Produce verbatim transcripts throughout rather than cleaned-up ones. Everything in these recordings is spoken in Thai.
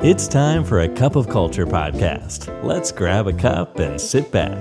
It's time for a cup of culture podcast. Let's grab a cup and sit back.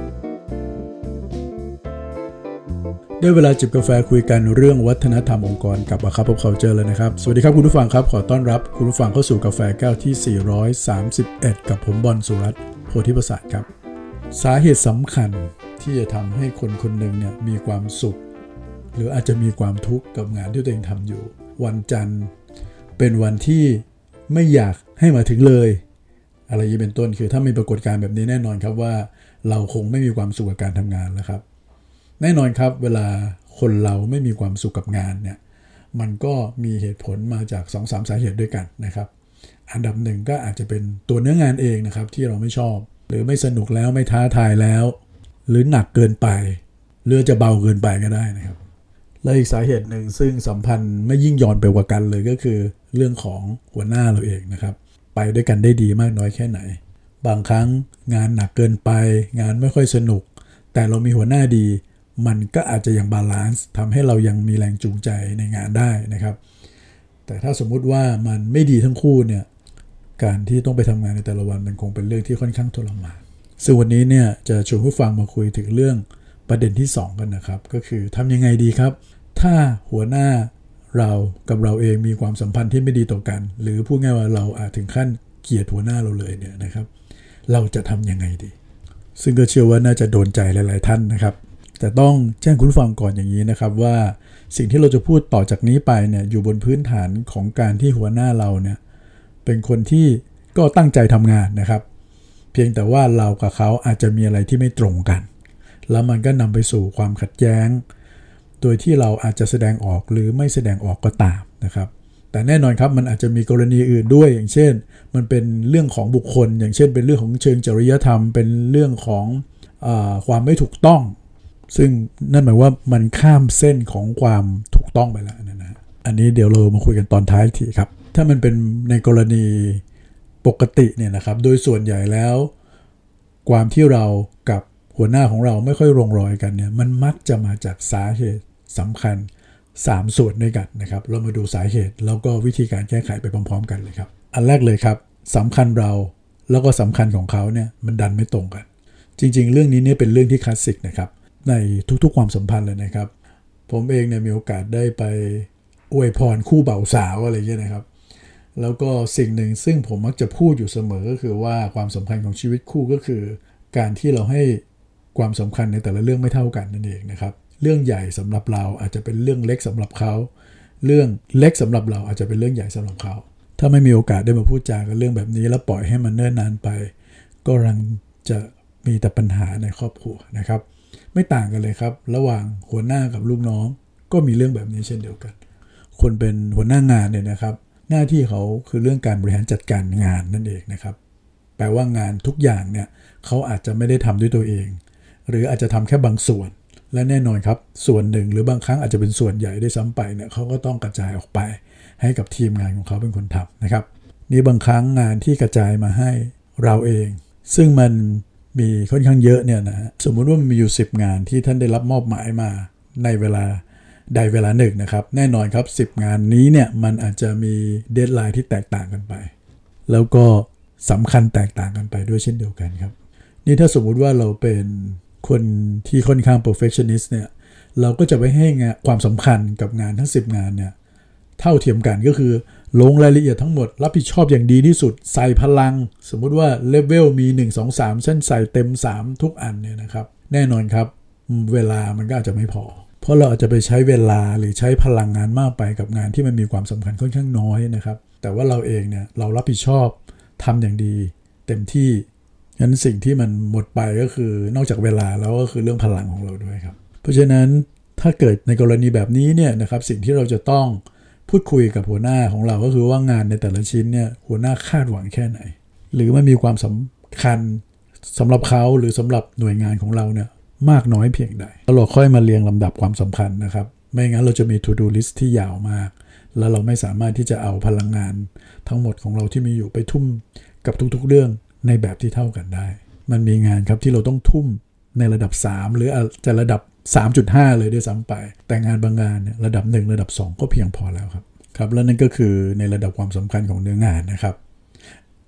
ได้เวลาจิบกาแฟคุยกันเรื่องวัฒนธรรมองค์กรกับ A Cup of Culture แล้วนะครับสวัสดีครับคุณผู้ฟังครับขอต้อนรับคุณผู้ฟังเข้าสู่กาแฟแก้วที่สี่ร้อยสามสิบเอ็ดกับผมบอลสุรัตน์โพธิประสาทครับสาเหตุสำคัญที่จะทำให้คนคนหนึ่งเนี่ยมีความสุขหรืออาจจะมีความทุกข์กับงานที่ตัวเองทำอยู่วันจันทร์เป็นวันที่ไม่อยากให้มาถึงเลยอะไรอย่างนี้เป็นต้นคือถ้ามีปรากฏการณ์แบบนี้แน่นอนครับว่าเราคงไม่มีความสุขกับการทำงานแล้วครับแน่นอนครับเวลาคนเราไม่มีความสุขกับงานเนี่ยมันก็มีเหตุผลมาจาก สองถึงสาม สาเหตุด้วยกันนะครับอันดับหนึ่งก็อาจจะเป็นตัวเนื้องานเองนะครับที่เราไม่ชอบหรือไม่สนุกแล้วไม่ท้าทายแล้วหรือหนักเกินไปหรือจะเบาเกินไปก็ได้นะครับและอีกสาเหตุหนึ่งซึ่งสัมพันธ์ไม่ยิ่งย่อนไปกว่ากันเลยก็คือเรื่องของหัวหน้าเราเองนะครับไปด้วยกันได้ดีมากน้อยแค่ไหนบางครั้งงานหนักเกินไปงานไม่ค่อยสนุกแต่เรามีหัวหน้าดีมันก็อาจจะยังบาลานซ์ทำให้เรายังมีแรงจูงใจในงานได้นะครับแต่ถ้าสมมุติว่ามันไม่ดีทั้งคู่เนี่ยการที่ต้องไปทำงานในแต่ละวันมันคงเป็นเรื่องที่ค่อนข้างทรมานซึ่งวันนี้เนี่ยจะชวนผู้ฟังมาคุยถึงเรื่องประเด็นที่สองกันนะครับก็คือทำยังไงดีครับถ้าหัวหน้าเรากับเราเองมีความสัมพันธ์ที่ไม่ดีต่อกันหรือพูดง่ายว่าเราอาจถึงขั้นเกลียดหัวหน้าเราเลยเนี่ยนะครับเราจะทำยังไงดีซึ่งก็เชื่อว่าน่าจะโดนใจหลายๆท่านนะครับแต่ต้องแจ้งคุณผู้ฟังก่อนอย่างนี้นะครับว่าสิ่งที่เราจะพูดต่อจากนี้ไปเนี่ยอยู่บนพื้นฐานของการที่หัวหน้าเราเนี่ยเป็นคนที่ก็ตั้งใจทำงานนะครับเพียงแต่ว่าเรากับเขาอาจจะมีอะไรที่ไม่ตรงกันแล้วมันก็นำไปสู่ความขัดแย้งโดยที่เราอาจจะแสดงออกหรือไม่แสดงออกก็ตามนะครับแต่แน่นอนครับมันอาจจะมีกรณีอื่นด้วยอย่างเช่นมันเป็นเรื่องของบุคคลอย่างเช่นเป็นเรื่องของเชิงจริยธรรมเป็นเรื่องของเอ่อความไม่ถูกต้องซึ่งนั่นหมายว่ามันข้ามเส้นของความถูกต้องไปแล้วนะนะอันนี้เดี๋ยวเรามาคุยกันตอนท้ายทีครับถ้ามันเป็นในกรณีปกติเนี่ยนะครับโดยส่วนใหญ่แล้วความที่เรากับหัวหน้าของเราไม่ค่อยลงรอยกันเนี่ยมันมักจะมาจากสาเหตุสำคัญสามส่วนด้วยกันนะครับเรามาดูสาเหตุแล้วก็วิธีการแก้ไขไปพร้อมๆกันเลยครับอันแรกเลยครับสำคัญเราแล้วก็สำคัญของเขาเนี่ยมันดันไม่ตรงกันจริงๆเรื่องนี้เนี่ยเป็นเรื่องที่คลาสสิกนะครับในทุกๆความสัมพันธ์เลยนะครับผมเองเนี่ยมีโอกาสได้ไปอวยพรคู่บ่าวสาวอะไรอย่างเงี้ยนะครับแล้วก็สิ่งหนึ่งซึ่งผมมักจะพูดอยู่เสมอก็คือว่าความสำคัญของชีวิตคู่ก็คือการที่เราให้ความสำคัญในแต่ละเรื่องไม่เท่ากันนั่นเองนะครับเรื่องใหญ่สำหรับเราอาจจะเป็นเรื่องเล็กสำหรับเขาเรื่องเล็กสำหรับเราอาจจะเป็นเรื่องใหญ่สำหรับเขาถ้าไม่มีโอกาสได้มาพูดจากันเรื่องแบบนี้แล้วปล่อยให้มันเนิ่นนานไปก็ยังจะมีแต่ปัญหาในครอบครัวนะครับไม่ต่างกันเลยครับระหว่างหัวหน้ากับลูกน้องก็มีเรื่องแบบนี้เช่นเดียวกันคนเป็นหัวหน้างานเนี่ยนะครับหน้าที่เขาคือเรื่องการบริหารจัดการงานนั่นเองนะครับแปลว่างานทุกอย่างเนี่ยเขาอาจจะไม่ได้ทำด้วยตัวเองหรืออาจจะทำแค่บางส่วนและแน่นอนครับส่วนหนึ่งหรือบางครั้งอาจจะเป็นส่วนใหญ่ได้ซ้ำไปเนี่ยเขาก็ต้องกระจายออกไปให้กับทีมงานของเขาเป็นคนทำนะครับนี่บางครั้งงานที่กระจายมาให้เราเองซึ่งมันมีค่อนข้างเยอะเนี่ยนะสมมุติว่ามันมีอยู่สิบงานที่ท่านได้รับมอบหมายมาในเวลาใดเวลาหนึ่งนะครับแน่นอนครับสิบงานนี้เนี่ยมันอาจจะมีเดดไลน์ที่แตกต่างกันไปแล้วก็สำคัญแตกต่างกันไปด้วยเช่นเดียวกันครับนี่ถ้าสมมุติว่าเราเป็นคนที่ค่อนข้าง perfectionist เนี่ยเราก็จะไปให้งานความสำคัญกับงานทั้งสิบงานเนี่ยเท่าเทียมกันก็คือลงรายละเอียดทั้งหมดรับผิดชอบอย่างดีที่สุดใส่พลังสมมุติว่าเลเวลมีหนึ่ง สอง สามฉันใส่เต็มสามทุกอันเนี่ยนะครับแน่นอนครับเวลามันก็อาจจะไม่พอเพราะเราอาจจะไปใช้เวลาหรือใช้พลังงานมากไปกับงานที่มันมีความสำคัญค่อนข้างน้อยนะครับแต่ว่าเราเองเนี่ยเรารับผิดชอบทำอย่างดีเต็มที่งั้นสิ่งที่มันหมดไปก็คือนอกจากเวลาแล้วก็คือเรื่องพลังของเราด้วยครับเพราะฉะนั้นถ้าเกิดในกรณีแบบนี้เนี่ยนะครับสิ่งที่เราจะต้องพูดคุยกับหัวหน้าของเราก็คือว่างานในแต่ละชิ้นเนี่ยหัวหน้าคาดหวังแค่ไหนหรือมันมีความสำคัญสำหรับเขาหรือสำหรับหน่วยงานของเราเนี่ยมากน้อยเพียงใดแล้วเราค่อยมาเรียงลำดับความสำคัญนะครับไม่งั้นเราจะมี to do list ที่ยาวมากแล้วเราไม่สามารถที่จะเอาพลังงานทั้งหมดของเราที่มีอยู่ไปทุ่มกับทุกๆเรื่องในแบบที่เท่ากันได้มันมีงานครับที่เราต้องทุ่มในระดับสามหรืออาจจะระดับ สามจุดห้า เลยด้วยซ้ำไปแต่งานบางงานเนี่ยระดับหนึ่งระดับสองก็เพียงพอแล้วครับครับแล้วนั่นก็คือในระดับความสำคัญของเนื้องานนะครับ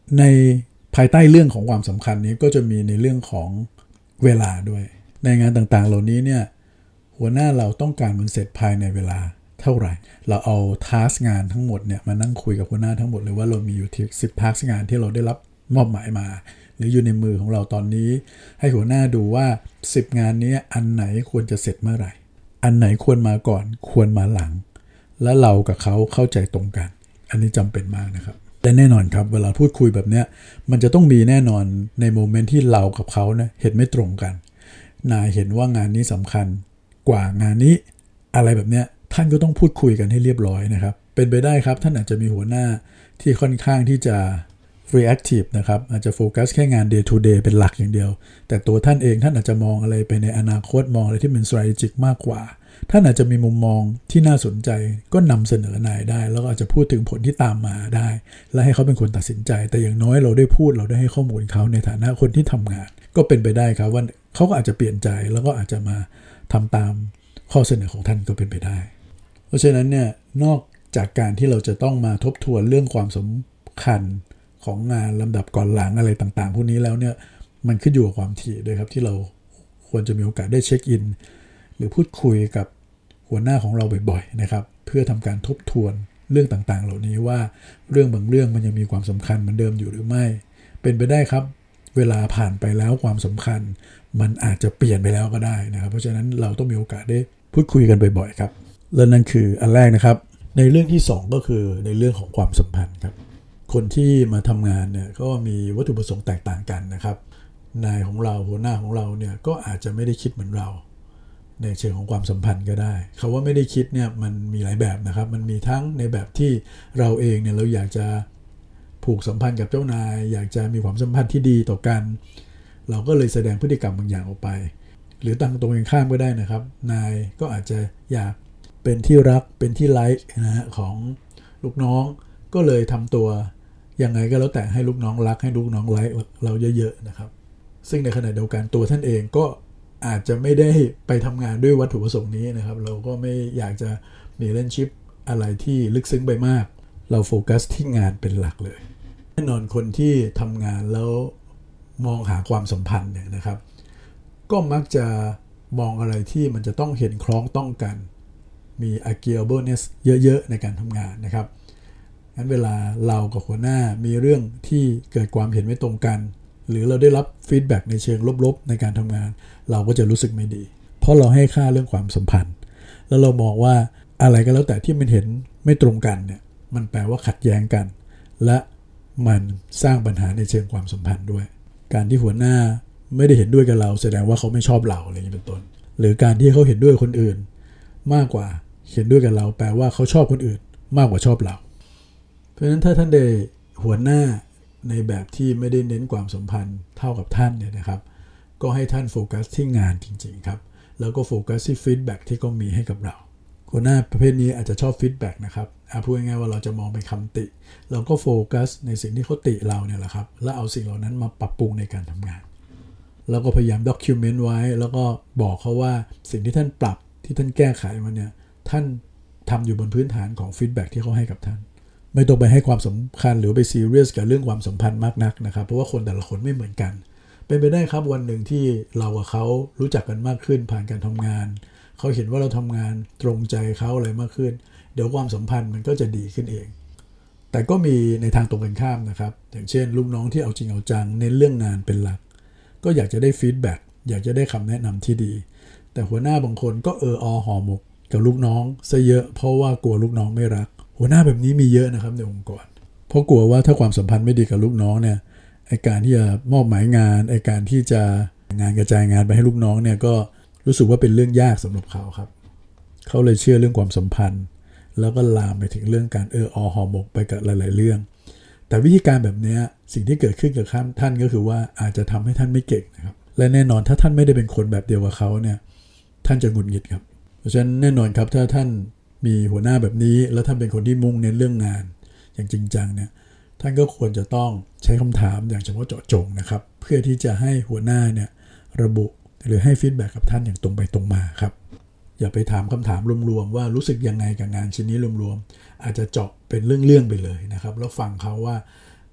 ในภายใต้เรื่องของความสำคัญนี้ก็จะมีในเรื่องของเวลาด้วยในงานต่างๆเหล่านี้เนี่ยหัวหน้าเราต้องการมันเสร็จภายในเวลาเท่าไหร่เราเอาทาสงานทั้งหมดเนี่ยมานั่งคุยกับหัวหน้าทั้งหมดเลยว่าเรามีอยู่ที่สิบทาสงานที่เราได้รับมอบหมายมาหรืออยู่ในมือของเราตอนนี้ให้หัวหน้าดูว่าสิบงานนี้อันไหนควรจะเสร็จเมื่อไหร่อันไหนควรมาก่อนควรมาหลังและเรากับเขาเข้าใจตรงกันอันนี้จำเป็นมากนะครับและแน่นอนครับเวลาพูดคุยแบบเนี้ยมันจะต้องมีแน่นอนในโมเมนต์ที่เรากับเขาเนี่ยเห็นไม่ตรงกันนายเห็นว่างานนี้สำคัญกว่างานนี้อะไรแบบเนี้ยท่านก็ต้องพูดคุยกันให้เรียบร้อยนะครับเป็นไปได้ครับท่านอาจจะมีหัวหน้าที่ค่อนข้างที่จะ reactive นะครับอาจจะโฟกัสแค่งาน day to day เป็นหลักอย่างเดียวแต่ตัวท่านเองท่านอาจจะมองอะไรไปในอนาคตมองอะไรที่เป็น strategic มากกว่าท่านอาจจะมีมุมมองที่น่าสนใจก็นำเสนอนายได้แล้วก็อาจจะพูดถึงผลที่ตามมาได้และให้เขาเป็นคนตัดสินใจแต่อย่างน้อยเราได้พูดเราได้ให้ข้อมูลเขาในฐานะคนที่ทำงานก็เป็นไปได้ครับว่าเขาก็อาจจะเปลี่ยนใจแล้วก็อาจจะมาทำตามข้อเสนอของท่านก็เป็นไปได้เพราะฉะนั้นเนี่ยนอกจากการที่เราจะต้องมาทบทวนเรื่องความสำคัญของงานลำดับก่อนหลังอะไรต่างๆพวกนี้แล้วเนี่ยมันขึ้นอยู่กับความถี่ด้วยครับที่เราควรจะมีโอกาสได้เช็คอินหรือพูดคุยกับหัวหน้าของเราบ่อยๆนะครับเพื่อทำการทบทวนเรื่องต่างๆเหล่านี้ว่าเรื่องบางเรื่องมันยังมีความสำคัญเหมือนเดิมอยู่หรือไม่เป็นไปได้ครับเวลาผ่านไปแล้วความสำคัญมันอาจจะเปลี่ยนไปแล้วก็ได้นะครับเพราะฉะนั้นเราต้องมีโอกาสได้พูดคุยกันบ่อยๆครับและนั่นคืออันแรกนะครับในเรื่องที่สองก็คือในเรื่องของความสัมพันธ์ครับคนที่มาทำงานเนี่ยก็มีวัตถุประสงค์แตกต่างกันนะครับนายของเราหัวหน้าของเราเนี่ยก็อาจจะไม่ได้คิดเหมือนเราในเชิงของความสัมพันธ์ก็ได้คำว่าไม่ได้คิดเนี่ยมันมีหลายแบบนะครับมันมีทั้งในแบบที่เราเองเนี่ยเราอยากจะผูกสัมพันธ์กับเจ้านายอยากจะมีความสัมพันธ์ที่ดีต่อกันเราก็เลยแสดงพฤติกรรมบางอย่างออกไปหรือตั้งตรงกันข้ามก็ได้นะครับนายก็อาจจะอยากเป็นที่รักเป็นที่ไลค์นะฮะของลูกน้องก็เลยทำตัวยังไงก็แล้วแต่ให้ลูกน้องรักให้ลูกน้องไลค์เราเยอะๆนะครับซึ่งในขณะเดียวกันตัวท่านเองก็อาจจะไม่ได้ไปทำงานด้วยวัตถุประสงค์นี้นะครับเราก็ไม่อยากจะมีเล่นชิปอะไรที่ลึกซึ้งไปมากเราโฟกัสที่งานเป็นหลักเลยแน่นอนคนที่ทำงานแล้วมองหาความสัมพันธ์เนี่ยนะครับก็มักจะมองอะไรที่มันจะต้องเห็นคล้องต้องกันมี agreeableness เยอะๆในการทำงานนะครับงั้นเวลาเรากับหัวหน้ามีเรื่องที่เกิดความเห็นไม่ตรงกันหรือเราได้รับฟีดแบ็กในเชิงลบๆในการทำงานเราก็จะรู้สึกไม่ดีเพราะเราให้ค่าเรื่องความสัมพันธ์แล้วเรามองว่าอะไรก็แล้วแต่ที่มันเห็นไม่ตรงกันเนี่ยมันแปลว่าขัดแย้งกันและมันสร้างปัญหาในเชิงความสัมพันธ์ด้วยการที่หัวหน้าไม่ได้เห็นด้วยกับเราแสดงว่าเขาไม่ชอบเราอะไรอย่างนี้เป็นต้นหรือการที่เขาเห็นด้วยคนอื่นมากกว่าเห็นด้วยกับเราแปลว่าเขาชอบคนอื่นมากกว่าชอบเราเพราะฉะนั้นถ้าท่านได้หัวหน้าในแบบที่ไม่ได้เน้นความสัมพันธ์เท่ากับท่านเนี่ยนะครับก็ให้ท่านโฟกัสที่งานจริงๆครับแล้วก็โฟกัสที่ฟีดแบ็กที่เขามีให้กับเราหัวหน้าประเภทนี้อาจจะชอบฟีดแบ็กนะครับเอาพูดง่ายๆว่าเราจะมองเป็นคำติเราก็โฟกัสในสิ่งที่เขาติเราเนี่ยแหละครับแล้วเอาสิ่งเหล่านั้นมาปรับปรุงในการทำงานแล้วก็พยายามด็อคิวเมนต์ไว้แล้วก็บอกเขาว่าสิ่งที่ท่านปรับที่ท่านแก้ไขมาเนี่ยท่านทำอยู่บนพื้นฐานของฟีดแบ็กที่เขาให้กับท่านไม่ต้องไปให้ความสำคัญหรือไปซีเรียสกับเรื่องความสัมพันธ์มากนักนะครับเพราะว่าคนแต่ละคนไม่เหมือนกันเป็นไปได้ครับวันหนึ่งที่เรากับเขารู้จักกันมากขึ้นผ่านการทำงานเขาเห็นว่าเราทำงานตรงใจเขาอะไรมากขึ้นเดี๋ยวความสัมพันธ์มันก็จะดีขึ้นเองแต่ก็มีในทางตรงกันข้ามนะครับอย่างเช่นลูกน้องที่เอาจริงเอาจังเน้นเรื่องงานเป็นหลักก็อยากจะได้ฟีดแบ็กอยากจะได้คำแนะนำที่ดีแต่หัวหน้าบางคนก็เอออห่อหมกกับลูกน้องซะเยอะเพราะว่ากลัวลูกน้องไม่รักหัวหน้าแบบนี้มีเยอะนะครับในองค์กรเพราะกลัวว่าถ้าความสัมพันธ์ไม่ดีกับลูกน้องเนี่ยไอการที่จะมอบหมายงานไอการที่จะงานกระจายงานไปให้ลูกน้องเนี่ยก็รู้สึกว่าเป็นเรื่องยากสำหรับเขาครับเขาเลยเชื่อเรื่องความสัมพันธ์แล้วก็ลามไปถึงเรื่องการเอออห่อหมกไปกับหลายๆเรื่องแต่วิธีการแบบนี้สิ่งที่เกิดขึ้นกับท่านก็คือว่าอาจจะทำให้ท่านไม่เก่งนะครับและแน่นอนถ้าท่านไม่ได้เป็นคนแบบเดียวกับเขาเนี่ยท่านจะหงุดหงิดครับเพราะฉะนั้นแน่นอนครับถ้าท่านมีหัวหน้าแบบนี้แล้วท่านเป็นคนที่มุ่งเน้นเรื่องงานอย่างจริงจังเนี่ยท่านก็ควรจะต้องใช้คำถามอย่างเฉพาะเจาะจงนะครับเพื่อที่จะให้หัวหน้าเนี่ยระบุหรือให้ฟีดแบ็กกับท่านอย่างตรงไปตรงมาครับอย่าไปถามคำถามรวมๆว่ารู้สึกยังไงกับงานชิ้นนี้รวมๆอาจจะเจาะเป็นเรื่องๆไปเลยนะครับแล้วฟังเขาว่า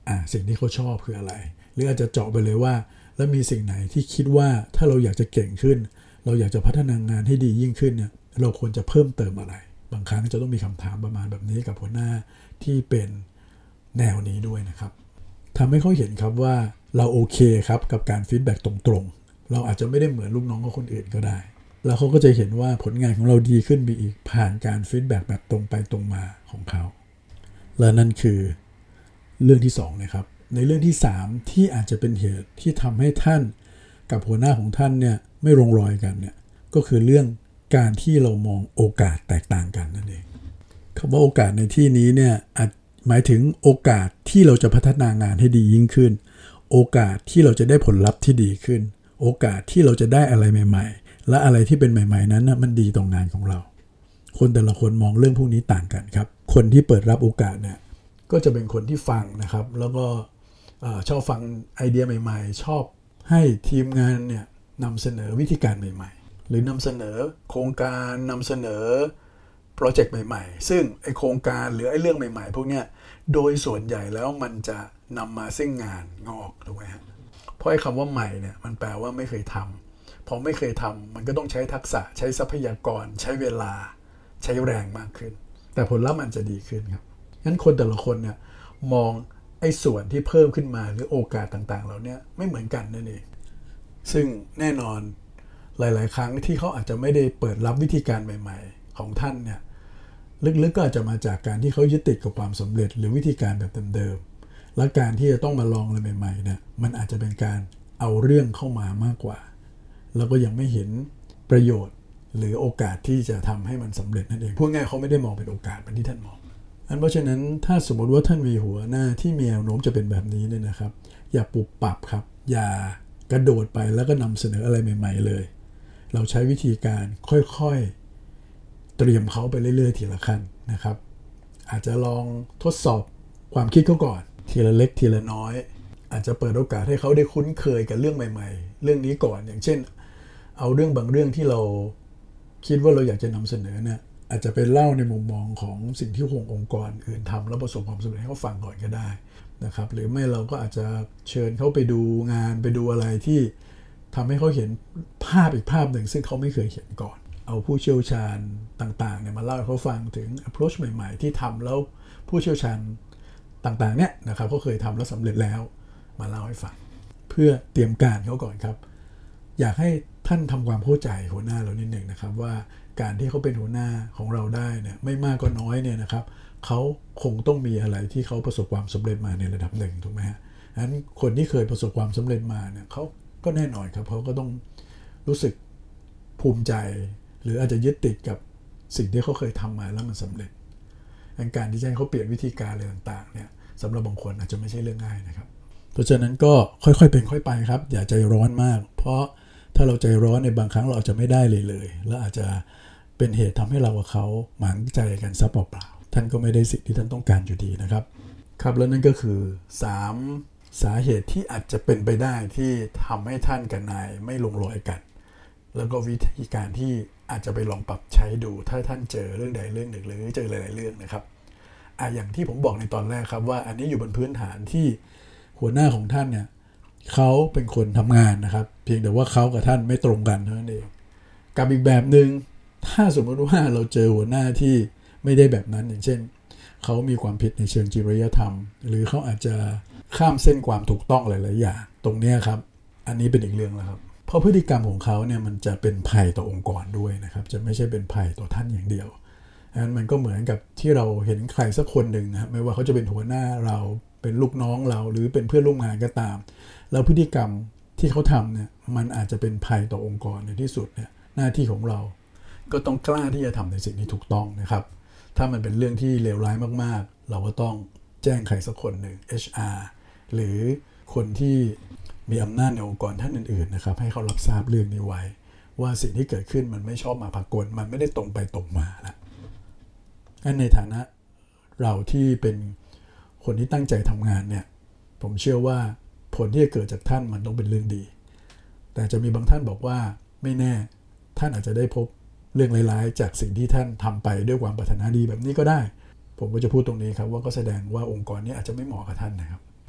อ่ะสิ่งที่เขาชอบคืออะไรหรืออาจจะเจาะไปเลยว่าแล้วมีสิ่งไหนที่คิดว่าถ้าเราอยากจะเก่งขึ้นเราอยากจะพัฒนางานให้ดียิ่งขึ้นเนี่ยเราควรจะเพิ่มเติมอะไรบางครั้งจะต้องมีคำถามประมาณแบบนี้กับหัวหน้าที่เป็นแนวนี้ด้วยนะครับทำให้เขาเห็นครับว่าเราโอเคครับกับการฟีดแบ็กตรงๆเราอาจจะไม่ได้เหมือนลูกน้องของคนอื่นก็ได้แล้วเขาก็จะเห็นว่าผลงานของเราดีขึ้นไปอีกผ่านการฟีดแบ็กแบบตรงไปตรงมาของเขาและนั่นคือเรื่องที่สองนะครับในเรื่องที่สามที่อาจจะเป็นเหตุที่ทำให้ท่านกับหัวหน้าของท่านเนี่ยไม่ลงรอยกันเนี่ยก็คือเรื่องการที่เรามองโอกาสแตกต่างกันนั่นเองคำว่าโอกาสในที่นี้เนี่ยอาจหมายถึงโอกาสที่เราจะพัฒนางานให้ดียิ่งขึ้นโอกาสที่เราจะได้ผลลัพธ์ที่ดีขึ้นโอกาสที่เราจะได้อะไรใหม่ๆและอะไรที่เป็นใหม่ๆนั้นนะมันดีต่องานของเราคนแต่ละคนมองเรื่องพวกนี้ต่างกันครับคนที่เปิดรับโอกาสเนี่ยก็จะเป็นคนที่ฟังนะครับแล้วก็ชอบฟังไอเดียใหม่ๆชอบให้ทีมงานเนี่ยนำเสนอวิธีการใหม่ๆหรือนำเสนอโครงการนำเสนอโปรเจกต์ใหม่ๆซึ่งไอโครงการหรือไอเรื่องใหม่ๆพวกเนี้ยโดยส่วนใหญ่แล้วมันจะนำมาซึ่งงานงอกถูกไหมฮะเพราะไอคำว่าใหม่เนี่ยมันแปลว่าไม่เคยทำพอไม่เคยทำมันก็ต้องใช้ทักษะใช้ทรัพยากรใช้เวลาใช้แรงมากขึ้นแต่ผลลัพธ์มันจะดีขึ้นครับงั้นคนแต่ละคนเนี่ยมองไอ้ส่วนที่เพิ่มขึ้นมาหรือโอกาสต่างๆเหล่านี้ไม่เหมือนกันนั่นเองซึ่งแน่นอนหลายๆครั้งที่เขาอาจจะไม่ได้เปิดรับวิธีการใหม่ๆของท่านเนี่ยลึกๆก็อาจจะมาจากการที่เขายึดติดกับความสำเร็จหรือวิธีการแบบเดิมๆและการที่จะต้องมาลองอะไรใหม่ๆเนี่ยมันอาจจะเป็นการเอาเรื่องเข้ามามากกว่าแล้วก็ยังไม่เห็นประโยชน์หรือโอกาสที่จะทำให้มันสำเร็จนั่นเองพูดง่ายเขาไม่ได้มองเป็นโอกาสเหมือนที่ท่านมองอันเพราะฉะนั้นถ้าสมมติว่าท่านมีหัวหน้าที่มีแนวโน้มจะเป็นแบบนี้เนี่ยนะครับอย่าปรับปรับครับอย่ากระโดดไปแล้วก็นำเสนออะไรใหม่ๆเลยเราใช้วิธีการค่อยๆเตรียมเขาไปเรื่อยๆทีละขั้นนะครับอาจจะลองทดสอบความคิดเขาก่อนทีละเล็กทีละน้อยอาจจะเปิดโอกาสให้เขาได้คุ้นเคยกับเรื่องใหม่ๆเรื่องนี้ก่อนอย่างเช่นเอาเรื่องบางเรื่องที่เราคิดว่าเราอยากจะนำเสนอเนี่ยอาจจะเป็นเล่าในมุมมองของสิ่งที่องค์กรอื่นทำแล้วประสบความสำเร็จให้เขาฟังก่อนก็ได้นะครับหรือไม่เราก็อาจจะเชิญเขาไปดูงานไปดูอะไรที่ทำให้เขาเห็นภาพอีกภาพหนึ่งซึ่งเขาไม่เคยเห็นก่อนเอาผู้เชี่ยวชาญต่างๆเนี่ยมาเล่าให้เขาฟังถึง approach ใหม่ๆที่ทำแล้วผู้เชี่ยวชาญต่างๆเนี่ยนะครับเขาเคยทำแล้วสำเร็จแล้วมาเล่าให้ฟังเพื่อเตรียมการเขาก่อนครับอยากให้ท่านทำความเข้าใจหัวหน้าเรานิดหนึ่งนะครับว่าการที่เขาเป็นหัวหน้าของเราได้เนี่ยไม่มากก็น้อยเนี่ยนะครับเขาคงต้องมีอะไรที่เขาประสบความสำเร็จมาในระดับหนึ่งถูกไหมฮะงั้นคนที่เคยประสบความสำเร็จมาเนี่ยเขาก็แน่นอนครับเขาก็ต้องรู้สึกภูมิใจหรืออาจจะยึดติดกับสิ่งที่เขาเคยทำมาแล้วมันสำเร็จการที่จะให้เขาเปลี่ยนวิธีการอะไรต่างๆเนี่ยสำหรับบางคนอาจจะไม่ใช่เรื่องง่ายนะครับเพราะฉะนั้นก็ค่อยๆเป็นค่อยไปครับอย่าใจร้อนมากเพราะถ้าเราใจร้อนในบางครั้งเราอาจจะไม่ได้เลยเลยและอาจจะเป็นเหตุทำให้เรากับเขาหมางใจกันซะเปล่าๆท่านก็ไม่ได้สิ่งที่ท่านต้องการอยู่ดีนะครับครับแล้วนั่นก็คือสามสาเหตุที่อาจจะเป็นไปได้ที่ทำให้ท่านกับนายไม่ลงรอยกันแล้วก็วิธีการที่อาจจะไปลองปรับใช้ดูถ้าท่านเจอเรื่องใดเรื่องหนึ่งหรือเจอหลายๆเรื่องนะครับอ่ะอย่างที่ผมบอกในตอนแรกครับว่าอันนี้อยู่บนพื้นฐานที่หัวหน้าของท่านเนี่ยเขาเป็นคนทำงานนะครับเพียงแต่ว่าเขากับท่านไม่ตรงกันเท่านั้นเองกับอีกแบบหนึ่งถ้าสมมติว่าเราเจอหัวหน้าที่ไม่ได้แบบนั้นอย่างเช่นเขามีความผิดในเชิงจริยธรรมหรือเขาอาจจะข้ามเส้นความถูกต้องหลายๆอย่างตรงนี้ครับอันนี้เป็นอีกเรื่องแล้วครับเพราะพฤติกรรมของเขาเนี่ยมันจะเป็นภัยต่อองค์กรด้วยนะครับจะไม่ใช่เป็นภัยต่อท่านอย่างเดียวอันมันก็เหมือนกับที่เราเห็นใครสักคนหนึ่งนะไม่ว่าเขาจะเป็นหัวหน้าเราเป็นลูกน้องเราหรือเป็นเพื่อนร่วมงานก็ตามแล้วพฤติกรรมที่เขาทำเนี่ยมันอาจจะเป็นภัยต่อองค์กรในที่สุดเนี่ยหน้าที่ของเราก็ต้องกล้าที่จะทำในสิ่งที่ถูกต้องนะครับถ้ามันเป็นเรื่องที่เลวร้ายมากๆเราก็ต้องแจ้งใครสักคนหนึ่ง เอช อาร์ หรือคนที่มีอำนาจในองค์กรท่านอื่นๆนะครับให้เขารับทราบเรื่องนี้ไว้ว่าสิ่งที่เกิดขึ้นมันไม่ชอบมาพากลมันไม่ได้ตรงไปตรงมาละงั้นในฐานะเราที่เป็นคนที่ตั้งใจทำงานเนี่ยผมเชื่อว่าผลที่จะเกิดจากท่านมันต้องเป็นเรื่องดีแต่จะมีบางท่านบอกว่าไม่แน่ท่านอาจจะได้พบเรื่องร้ายๆจากสิ่งที่ท่านทำไปด้วยความปรารถนาดีแบบนี้ก็ได้ผมก็จะพูดตรงนี้ครับว่าก็แสดงว่าองค์กรนี้อาจจะไม่เหมาะกับท่านนะครับ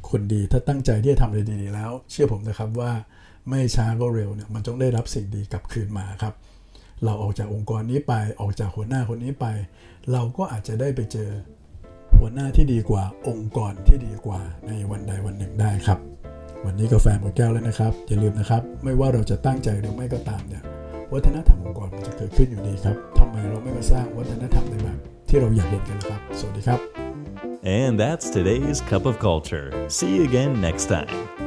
คนดีถ้าตั้งใจที่จะทำอะไรดีๆแล้วเชื่อผมนะครับว่าไม่ช้าก็เร็วเนี่ยมันต้องได้รับสิ่งดีกลับคืนมาครับเราออกจากองค์กรนี้ไปออกจากหัวหน้าคนนี้ไปเราก็อาจจะได้ไปเจอหัวหน้าที่ดีกว่าองค์กรที่ดีกว่าในวันใดวันหนึ่งได้ครับวันนี้กาแฟหมดแก้วแล้วนะครับอย่าลืมนะครับไม่ว่าเราจะตั้งใจหรือไม่ก็ตามเนี่ยวัฒนธรรมองค์กรมันจะเกิดขึ้นอยู่ดีครับทำไมเราไม่มาสร้างวัฒนธรรมในแบบที่เราอยากเห็นกันนะครับสวัสดีครับ And that's today's Cup of Culture. See you again next time.